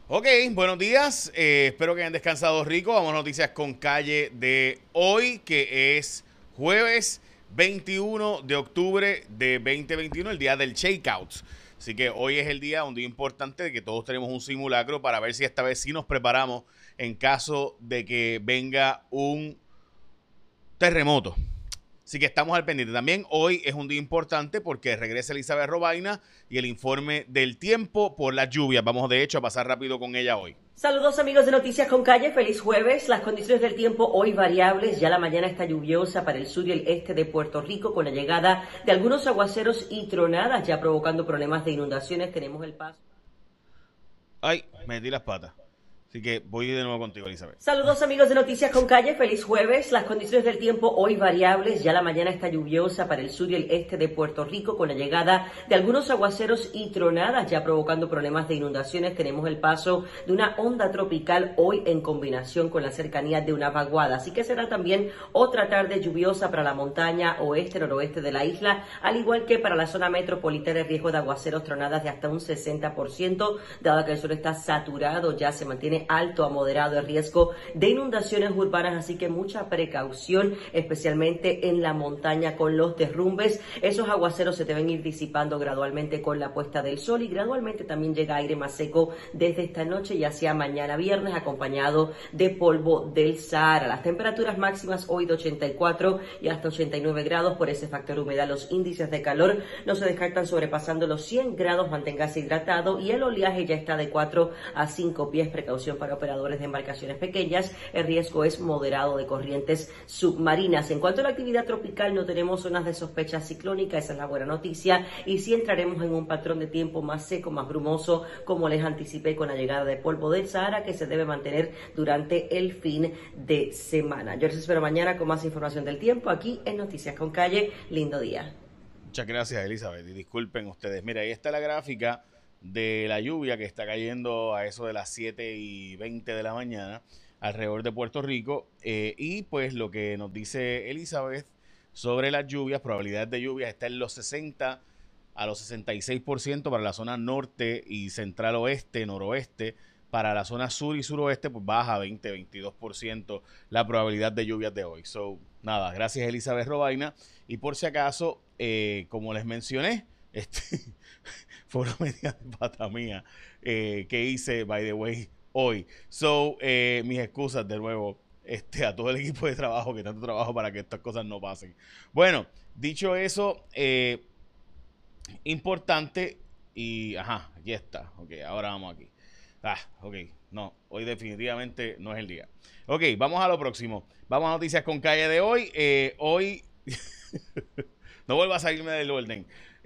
Ok, buenos días. Espero que hayan descansado rico. Vamos a noticias con calle de hoy, que es jueves 21 de octubre de 2021, el día del Shakeout. Así que hoy es el día, un día importante de que todos tenemos un simulacro para ver si esta vez sí nos preparamos en caso de que venga un terremoto. Así que estamos al pendiente. También hoy es un día importante porque regresa Elizabeth Robaina y el informe del tiempo por las lluvias. Vamos de hecho a pasar rápido con ella hoy. Saludos amigos de Noticias con Calle, feliz jueves. Las condiciones del tiempo hoy variables, ya la mañana está lluviosa para el sur y el este de Puerto Rico con la llegada de algunos aguaceros y tronadas ya provocando problemas de inundaciones. Tenemos el paso. Ay, metí las patas. Así que voy de nuevo contigo, Elizabeth. Saludos amigos de Noticias con Calle, feliz jueves. Las condiciones del tiempo hoy variables, ya la mañana está lluviosa para el sur y el este de Puerto Rico con la llegada de algunos aguaceros y tronadas ya provocando problemas de inundaciones. Tenemos el paso de una onda tropical hoy en combinación con la cercanía de una vaguada, así que será también otra tarde lluviosa para la montaña oeste, noroeste de la isla, al igual que para la zona metropolitana, el riesgo de aguaceros, tronadas de hasta un 60%, dado que el suelo está saturado, ya se mantiene alto a moderado el riesgo de inundaciones urbanas, así que mucha precaución, especialmente en la montaña con los derrumbes. Esos aguaceros se deben ir disipando gradualmente con la puesta del sol y gradualmente también llega aire más seco desde esta noche y hacia mañana viernes, acompañado de polvo del Sahara. Las temperaturas máximas hoy de 84 y hasta 89 grados por ese factor humedad. Los índices de calor no se descartan sobrepasando los 100 grados, manténgase hidratado y el oleaje ya está de 4 a 5 pies. Precaución para operadores de embarcaciones pequeñas, el riesgo es moderado de corrientes submarinas. En cuanto a la actividad tropical, no tenemos zonas de sospecha ciclónica, esa es la buena noticia, y sí entraremos en un patrón de tiempo más seco, más brumoso, como les anticipé con la llegada de polvo del Sahara, que se debe mantener durante el fin de semana. Yo les espero mañana con más información del tiempo aquí en Noticias con Calle. Lindo día. Muchas gracias, Elizabeth. Y disculpen ustedes. Mira, ahí está la gráfica de la lluvia que está cayendo a eso de las 7:20 de la mañana alrededor de Puerto Rico. Y pues lo que nos dice Elizabeth sobre las lluvias, probabilidades de lluvias, está en los 60 a los 66% para la zona norte y central oeste, noroeste. Para la zona sur y suroeste, pues baja a 20-22% la probabilidad de lluvias de hoy. So, nada, gracias Elizabeth Robaina. Y por si acaso, como les mencioné, fue una medida de pata mía que hice, by the way, hoy. So, mis excusas de nuevo a todo el equipo de trabajo, que tanto trabajo para que estas cosas no pasen. Bueno, dicho eso, importante y, ajá, aquí está. Ok, ahora vamos aquí. Ok, no, hoy definitivamente no es el día. Ok, vamos a lo próximo. Vamos a noticias con calle de hoy. Hoy, no vuelva a salirme del orden.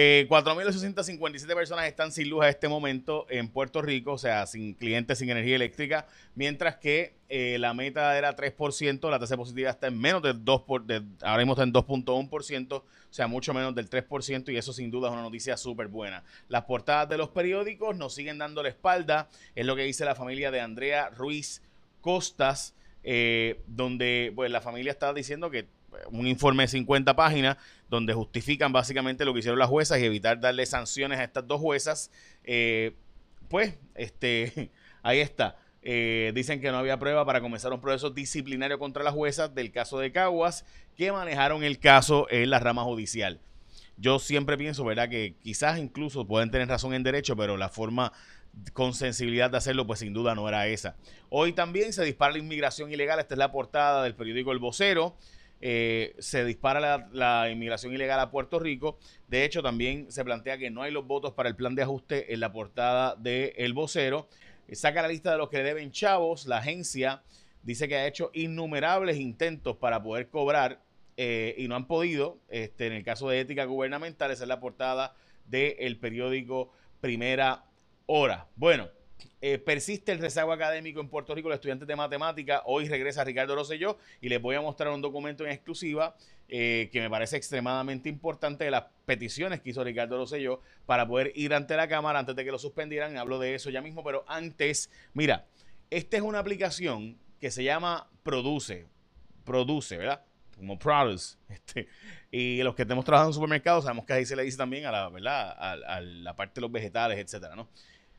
4.857 personas están sin luz a este momento en Puerto Rico, o sea, sin clientes, sin energía eléctrica, mientras que la meta era 3%, la tasa de positividad está en menos del 2%, ahora mismo está en 2.1%, o sea, mucho menos del 3%, y eso sin duda es una noticia súper buena. Las portadas de los periódicos nos siguen dando la espalda, es lo que dice la familia de Andrea Ruiz Costas, donde pues la familia está diciendo que un informe de 50 páginas donde justifican básicamente lo que hicieron las juezas y evitar darle sanciones a estas dos juezas. Pues, ahí está. Dicen que no había prueba para comenzar un proceso disciplinario contra las juezas del caso de Caguas que manejaron el caso en la rama judicial. Yo siempre pienso, ¿verdad?, que quizás incluso pueden tener razón en derecho, pero la forma con sensibilidad de hacerlo, pues sin duda no era esa. Hoy también se dispara la inmigración ilegal. Esta es la portada del periódico El Vocero. Se dispara la inmigración ilegal a Puerto Rico. De hecho, también se plantea que no hay los votos para el plan de ajuste en la portada de El Vocero. Saca la lista de los que le deben chavos. La agencia dice que ha hecho innumerables intentos para poder cobrar y no han podido. En el caso de ética gubernamental, esa es la portada del periódico Primera Hora. Bueno, persiste el rezago académico en Puerto Rico. Los estudiantes de matemática, hoy regresa Ricardo Rosselló y les voy a mostrar un documento en exclusiva que me parece extremadamente importante, de las peticiones que hizo Ricardo Rosselló para poder ir ante la Cámara antes de que lo suspendieran. Hablo de eso ya mismo, pero antes, mira, esta es una aplicación que se llama Produce, ¿verdad? Como Produce. Y los que hemos trabajado en supermercados sabemos que ahí se le dice también a la, ¿verdad?, a la parte de los vegetales, etcétera, ¿no?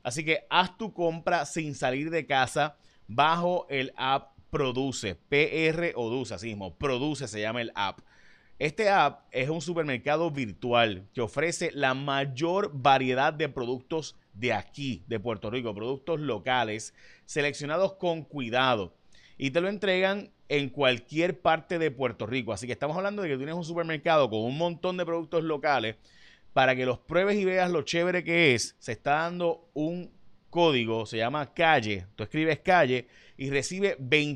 Así que haz tu compra sin salir de casa bajo el app Produce, Produce, así mismo, Produce se llama el app. Este app es un supermercado virtual que ofrece la mayor variedad de productos de aquí, de Puerto Rico, productos locales, seleccionados con cuidado y te lo entregan en cualquier parte de Puerto Rico. Así que estamos hablando de que tienes un supermercado con un montón de productos locales para que los pruebes y veas lo chévere que es. Se está dando un código, se llama Calle, tú escribes Calle y recibe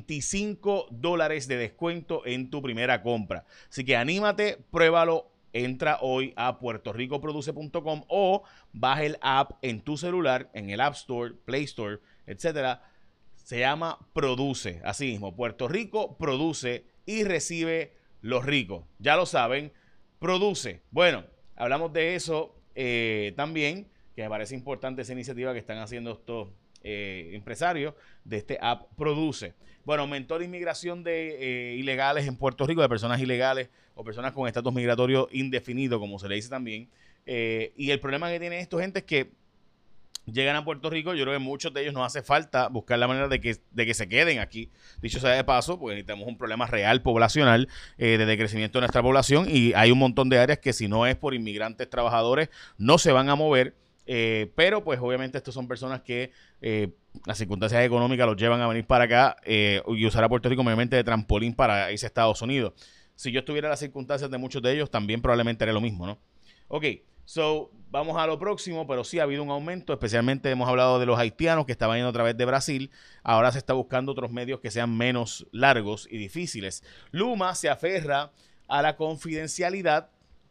$25 de descuento en tu primera compra. Así que anímate, pruébalo, entra hoy a puertoricoproduce.com o baja el app en tu celular, en el App Store, Play Store, etcétera. Se llama Produce, así mismo, Puerto Rico Produce y recibe los ricos. Ya lo saben, Produce. Bueno, hablamos de eso también, que me parece importante esa iniciativa que están haciendo estos empresarios de este app Produce. Bueno, aumentó la inmigración de ilegales en Puerto Rico, de personas ilegales o personas con estatus migratorio indefinido, como se le dice también. Y el problema que tiene esto, gente, es que llegan a Puerto Rico. Yo creo que muchos de ellos nos hace falta buscar la manera de que se queden aquí. Dicho sea de paso, porque necesitamos un problema real poblacional de decrecimiento de nuestra población y hay un montón de áreas que si no es por inmigrantes trabajadores no se van a mover. Pero pues obviamente estos son personas que las circunstancias económicas los llevan a venir para acá y usar a Puerto Rico mayormente de trampolín para irse a Estados Unidos. Si yo estuviera en las circunstancias de muchos de ellos, también probablemente haría lo mismo, ¿no? Ok, so vamos a lo próximo, pero sí ha habido un aumento, especialmente hemos hablado de los haitianos que estaban yendo a través de Brasil. Ahora se está buscando otros medios que sean menos largos y difíciles. Luma se aferra a la confidencialidad.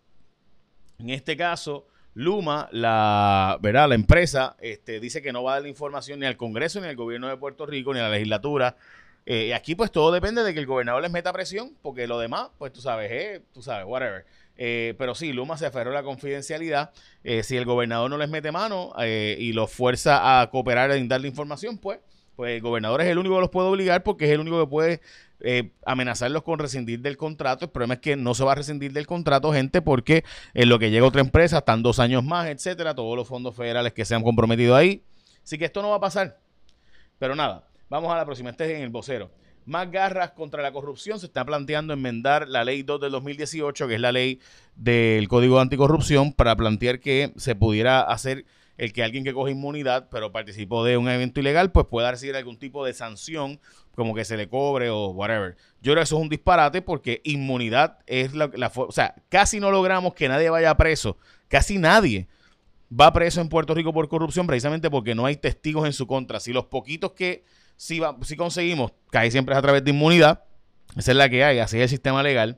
En este caso, Luma, la empresa, dice que no va a dar la información ni al Congreso, ni al gobierno de Puerto Rico, ni a la legislatura. Y aquí pues todo depende de que el gobernador les meta presión, porque lo demás, pues tú sabes, whatever. Pero sí, Luma se aferró a la confidencialidad. Si el gobernador no les mete mano y los fuerza a cooperar en darle información, pues el gobernador es el único que los puede obligar porque es el único que puede amenazarlos con rescindir del contrato. El problema es que no se va a rescindir del contrato, gente, porque en lo que llega otra empresa están 2 años más, etcétera, todos los fondos federales que se han comprometido ahí. Así que esto no va a pasar. Pero nada, vamos a la próxima. Este es en El Vocero. Más garras contra la corrupción. Se está planteando enmendar la ley 2 del 2018, que es la ley del Código de Anticorrupción, para plantear que se pudiera hacer el que alguien que coge inmunidad, pero participó de un evento ilegal, pues pueda recibir algún tipo de sanción, como que se le cobre o whatever. Yo creo que eso es un disparate porque inmunidad es o sea, casi no logramos que nadie vaya preso. Casi nadie va preso en Puerto Rico por corrupción precisamente porque no hay testigos en su contra. Si los poquitos que sí conseguimos, cae siempre es a través de inmunidad, esa es la que hay, así es el sistema legal,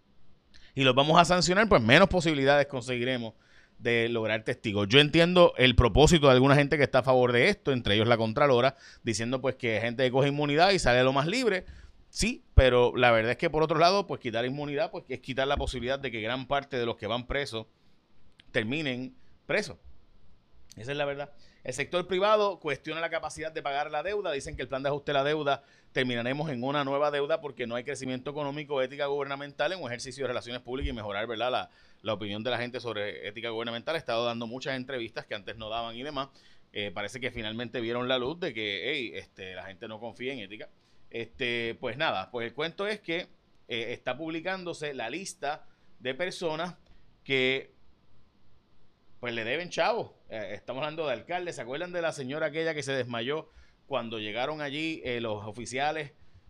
y los vamos a sancionar, pues menos posibilidades conseguiremos de lograr testigos. Yo entiendo el propósito de alguna gente que está a favor de esto, entre ellos la Contralora, diciendo pues que hay gente que coge inmunidad y sale lo más libre. Sí, pero la verdad es que por otro lado, pues quitar inmunidad, pues es quitar la posibilidad de que gran parte de los que van presos terminen presos. Esa es la verdad. El sector privado cuestiona la capacidad de pagar la deuda. Dicen que el plan de ajuste de la deuda terminaremos en una nueva deuda porque no hay crecimiento económico, ética gubernamental en un ejercicio de relaciones públicas y mejorar, ¿verdad?, la opinión de la gente sobre ética gubernamental. He estado dando muchas entrevistas que antes no daban y demás. Parece que finalmente vieron la luz de que la gente no confía en ética. Pues nada, pues el cuento es que está publicándose la lista de personas que pues le deben chavos. Estamos hablando de alcaldes. ¿Se acuerdan de la señora aquella que se desmayó cuando llegaron allí los oficiales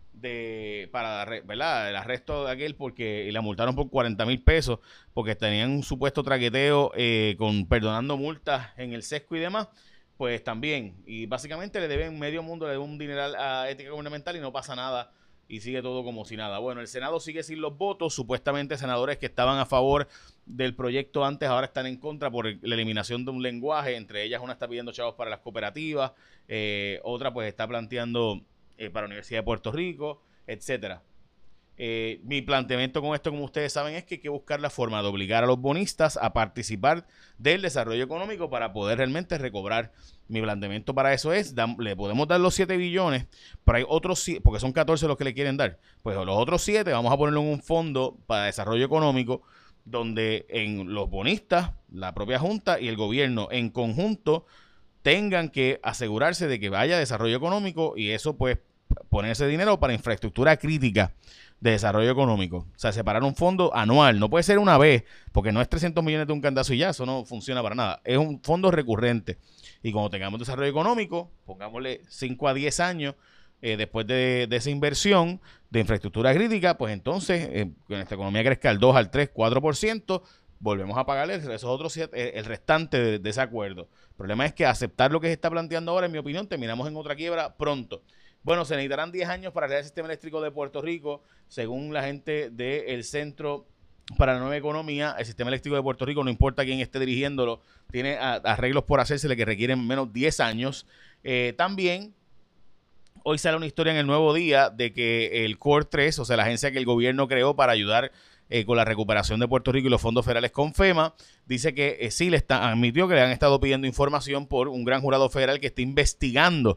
para ¿verdad?, el arresto de aquel y la multaron por 40,000 pesos porque tenían un supuesto traqueteo perdonando multas en el sesco y demás? Pues también, y básicamente le deben medio mundo, le deben un dineral a ética gubernamental y no pasa nada y sigue todo como si nada. Bueno, el Senado sigue sin los votos. Supuestamente senadores que estaban a favor del proyecto antes ahora están en contra por la eliminación de un lenguaje. Entre ellas una está pidiendo chavos para las cooperativas, otra pues está planteando para la Universidad de Puerto Rico, etcétera. Mi planteamiento con esto, como ustedes saben, es que hay que buscar la forma de obligar a los bonistas a participar del desarrollo económico para poder realmente recobrar. Mi planteamiento para eso es, le podemos dar los 7 billones, pero hay otros, porque son 14 los que le quieren dar, pues los otros 7 vamos a ponerlo en un fondo para desarrollo económico donde en los bonistas, la propia Junta y el gobierno en conjunto tengan que asegurarse de que vaya desarrollo económico y eso pues ponerse dinero para infraestructura crítica de desarrollo económico. O sea, separar un fondo anual. No puede ser una vez, porque no es 300 millones de un cantazo y ya, eso no funciona para nada. Es un fondo recurrente. Y cuando tengamos desarrollo económico, pongámosle 5 a 10 años después de esa inversión de infraestructura crítica, pues entonces, que nuestra economía crezca al 2, al 3, 4%, volvemos a pagarle esos otros, el restante de ese acuerdo. El problema es que aceptar lo que se está planteando ahora, en mi opinión, terminamos en otra quiebra pronto. Bueno, se necesitarán 10 años para crear el sistema eléctrico de Puerto Rico, según la gente del Centro para la Nueva Economía. El sistema eléctrico de Puerto Rico, no importa quién esté dirigiéndolo, tiene arreglos por hacerse que requieren menos 10 años. También, hoy sale una historia en El Nuevo Día de que el COR 3, o sea, la agencia que el gobierno creó para ayudar con la recuperación de Puerto Rico y los fondos federales con FEMA, dice que sí admitió que le han estado pidiendo información por un gran jurado federal que está investigando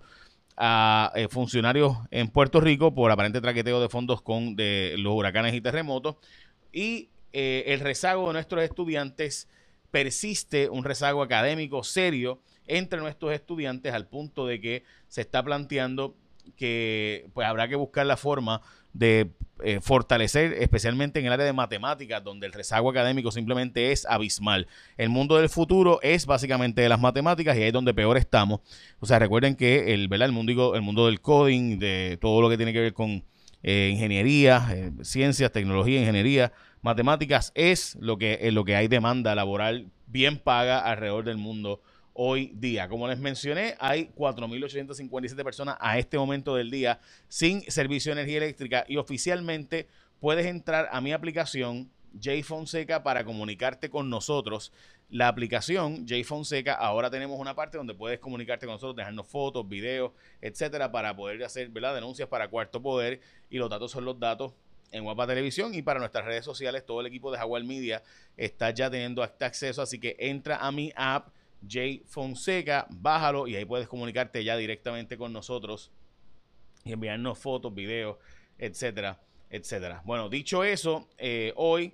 a funcionarios en Puerto Rico por aparente traqueteo de fondos de los huracanes y terremotos. Y el rezago de nuestros estudiantes persiste, un rezago académico serio entre nuestros estudiantes, al punto de que se está planteando que pues habrá que buscar la forma de fortalecer, especialmente en el área de matemáticas, donde el rezago académico simplemente es abismal. El mundo del futuro es básicamente de las matemáticas y ahí es donde peor estamos. O sea, recuerden que el mundo del coding, de todo lo que tiene que ver con ingeniería, ciencias, tecnología, ingeniería, matemáticas, es lo que hay demanda laboral bien paga alrededor del mundo hoy día. Como les mencioné, hay 4.857 personas a este momento del día sin servicio de energía eléctrica y oficialmente puedes entrar a mi aplicación J Fonseca para comunicarte con nosotros. La aplicación J Fonseca, ahora tenemos una parte donde puedes comunicarte con nosotros, dejarnos fotos, videos, etcétera, para poder hacer, ¿verdad?, denuncias para Cuarto Poder, y los datos son los datos en Guapa Televisión, y para nuestras redes sociales todo el equipo de Jaguar Media está ya teniendo este acceso, así que entra a mi app J Fonseca, bájalo y ahí puedes comunicarte ya directamente con nosotros y enviarnos fotos, videos, etcétera, etcétera. Bueno, dicho eso, hoy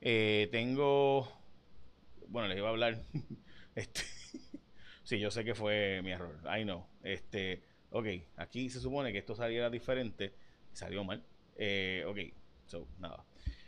tengo, bueno, les iba a hablar, sí, yo sé que fue mi error, I know, ok, aquí se supone que esto saliera diferente, salió mal, ok, so, nada,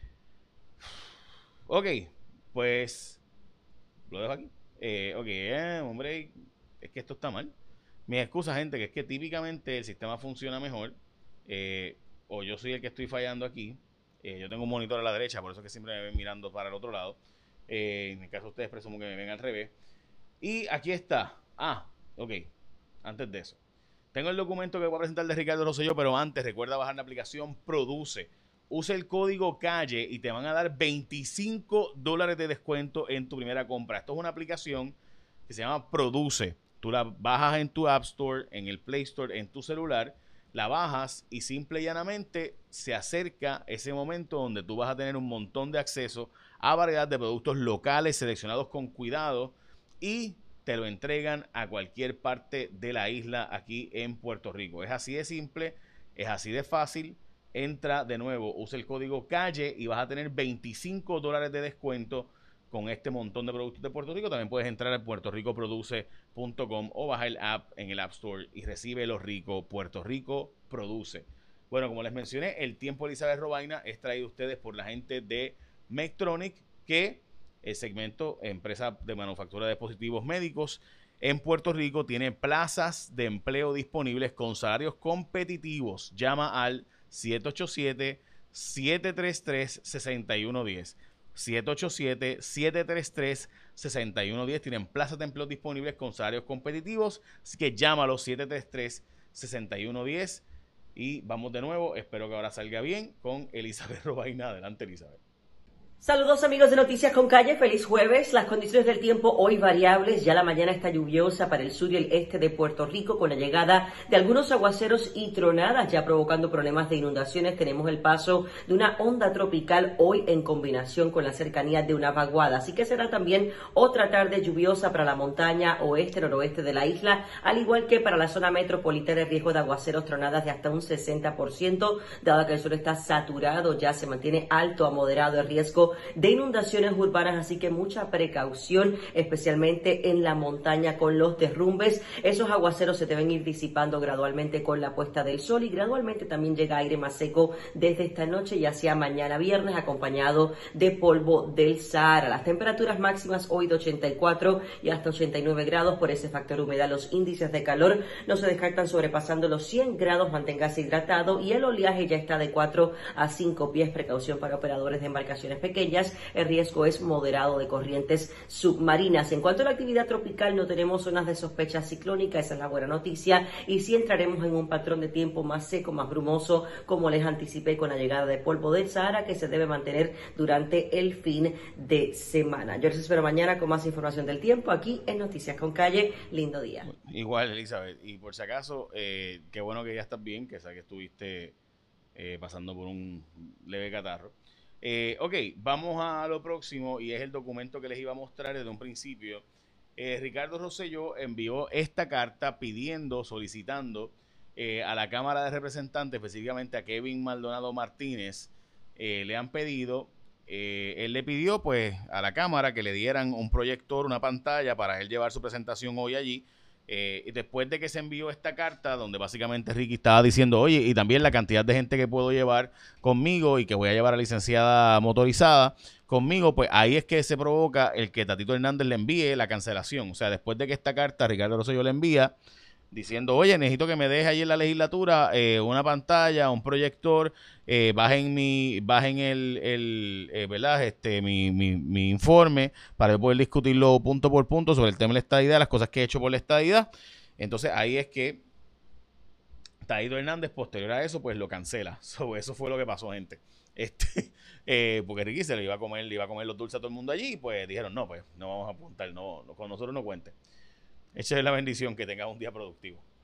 ok, pues, lo dejo aquí. Hombre, es que esto está mal. Mi excusa, gente, que es que típicamente el sistema funciona mejor, o yo soy el que estoy fallando aquí. Yo tengo un monitor a la derecha, por eso es que siempre me ven mirando para el otro lado. En el caso de ustedes, presumo que me ven al revés. Y aquí está. Ok, antes de eso, tengo el documento que voy a presentar de Ricardo Rosselló, pero antes recuerda bajar la aplicación Produce. Usa el código CALLE y te van a dar $25 de descuento en tu primera compra. Esto es una aplicación que se llama Produce. Tú la bajas en tu App Store, en el Play Store, en tu celular, la bajas y simple y llanamente se acerca ese momento donde tú vas a tener un montón de acceso a variedad de productos locales seleccionados con cuidado y te lo entregan a cualquier parte de la isla aquí en Puerto Rico. Es así de simple, es así de fácil. Entra de nuevo, usa el código CALLE y vas a tener $25 de descuento con este montón de productos de Puerto Rico. También puedes entrar a puertoricoproduce.com o bajar el app en el App Store y recibe lo rico. Puerto Rico produce. Bueno, como les mencioné, el tiempo de Elizabeth Robaina es traído a ustedes por la gente de Medtronic, que el segmento empresa de manufactura de dispositivos médicos en Puerto Rico tiene plazas de empleo disponibles con salarios competitivos. Llama al 787-733-6110. 787-733-6110. Tienen plazas de empleo disponibles con salarios competitivos. Así que llámalo 733-6110. Y vamos de nuevo. Espero que ahora salga bien con Elizabeth Robaina. Adelante, Elizabeth. Saludos amigos de Noticias con Calle, feliz jueves. Las condiciones del tiempo hoy variables, ya la mañana está lluviosa para el sur y el este de Puerto Rico con la llegada de algunos aguaceros y tronadas ya provocando problemas de inundaciones. Tenemos el paso de una onda tropical hoy en combinación con la cercanía de una vaguada, así que será también otra tarde lluviosa para la montaña oeste, noroeste de la isla, al igual que para la zona metropolitana. El riesgo de aguaceros, tronadas de hasta un 60%, dado que el suelo está saturado, ya se mantiene alto a moderado el riesgo riesgo de inundaciones urbanas, así que mucha precaución, especialmente en la montaña con los derrumbes. Esos aguaceros se deben ir disipando gradualmente con la puesta del sol y gradualmente también llega aire más seco desde esta noche y hacia mañana viernes, acompañado de polvo del Sahara. Las temperaturas máximas hoy de 84 y hasta 89 grados. Por ese factor humedad, los índices de calor no se descartan sobrepasando los 100 grados. Manténgase hidratado y el oleaje ya está de 4 a 5 pies. Precaución para operadores de embarcaciones pequeñas. El riesgo es moderado de corrientes submarinas. En cuanto a la actividad tropical, no tenemos zonas de sospecha ciclónica. Esa es la buena noticia. Y sí entraremos en un patrón de tiempo más seco, más brumoso, como les anticipé, con la llegada de polvo del Sahara, que se debe mantener durante el fin de semana. Yo les espero mañana con más información del tiempo aquí en Noticias con Calle. Lindo día. Igual, Elizabeth. Y por si acaso, qué bueno que ya estás bien, que sabes que estuviste pasando por un leve catarro. Ok, vamos a lo próximo y es el documento que les iba a mostrar desde un principio. Ricardo Rosselló envió esta carta pidiendo, solicitando a la Cámara de Representantes, específicamente a Kevin Maldonado Martínez, le han pedido, él le pidió pues a la Cámara que le dieran un proyector, una pantalla para él llevar su presentación hoy allí. Y después de que se envió esta carta, donde básicamente Ricky estaba diciendo, oye, y también la cantidad de gente que puedo llevar conmigo y que voy a llevar a la licenciada motorizada conmigo, pues ahí es que se provoca el que Tatito Hernández le envíe la cancelación. O sea, después de que esta carta Ricardo Rosselló le envía diciendo, oye, necesito que me deje ahí en la legislatura una pantalla, un proyector, bajen ¿verdad? Mi informe para yo poder discutirlo punto por punto sobre el tema de la estadidad, las cosas que he hecho por la estadidad. Entonces ahí es que Tatito Hernández, posterior a eso, pues lo cancela. Eso fue lo que pasó, gente. Porque Ricky se le iba a comer los dulces a todo el mundo allí, y pues dijeron, no, pues no vamos a apuntar, no, con nosotros no cuente. Échale la bendición, que tengas un día productivo.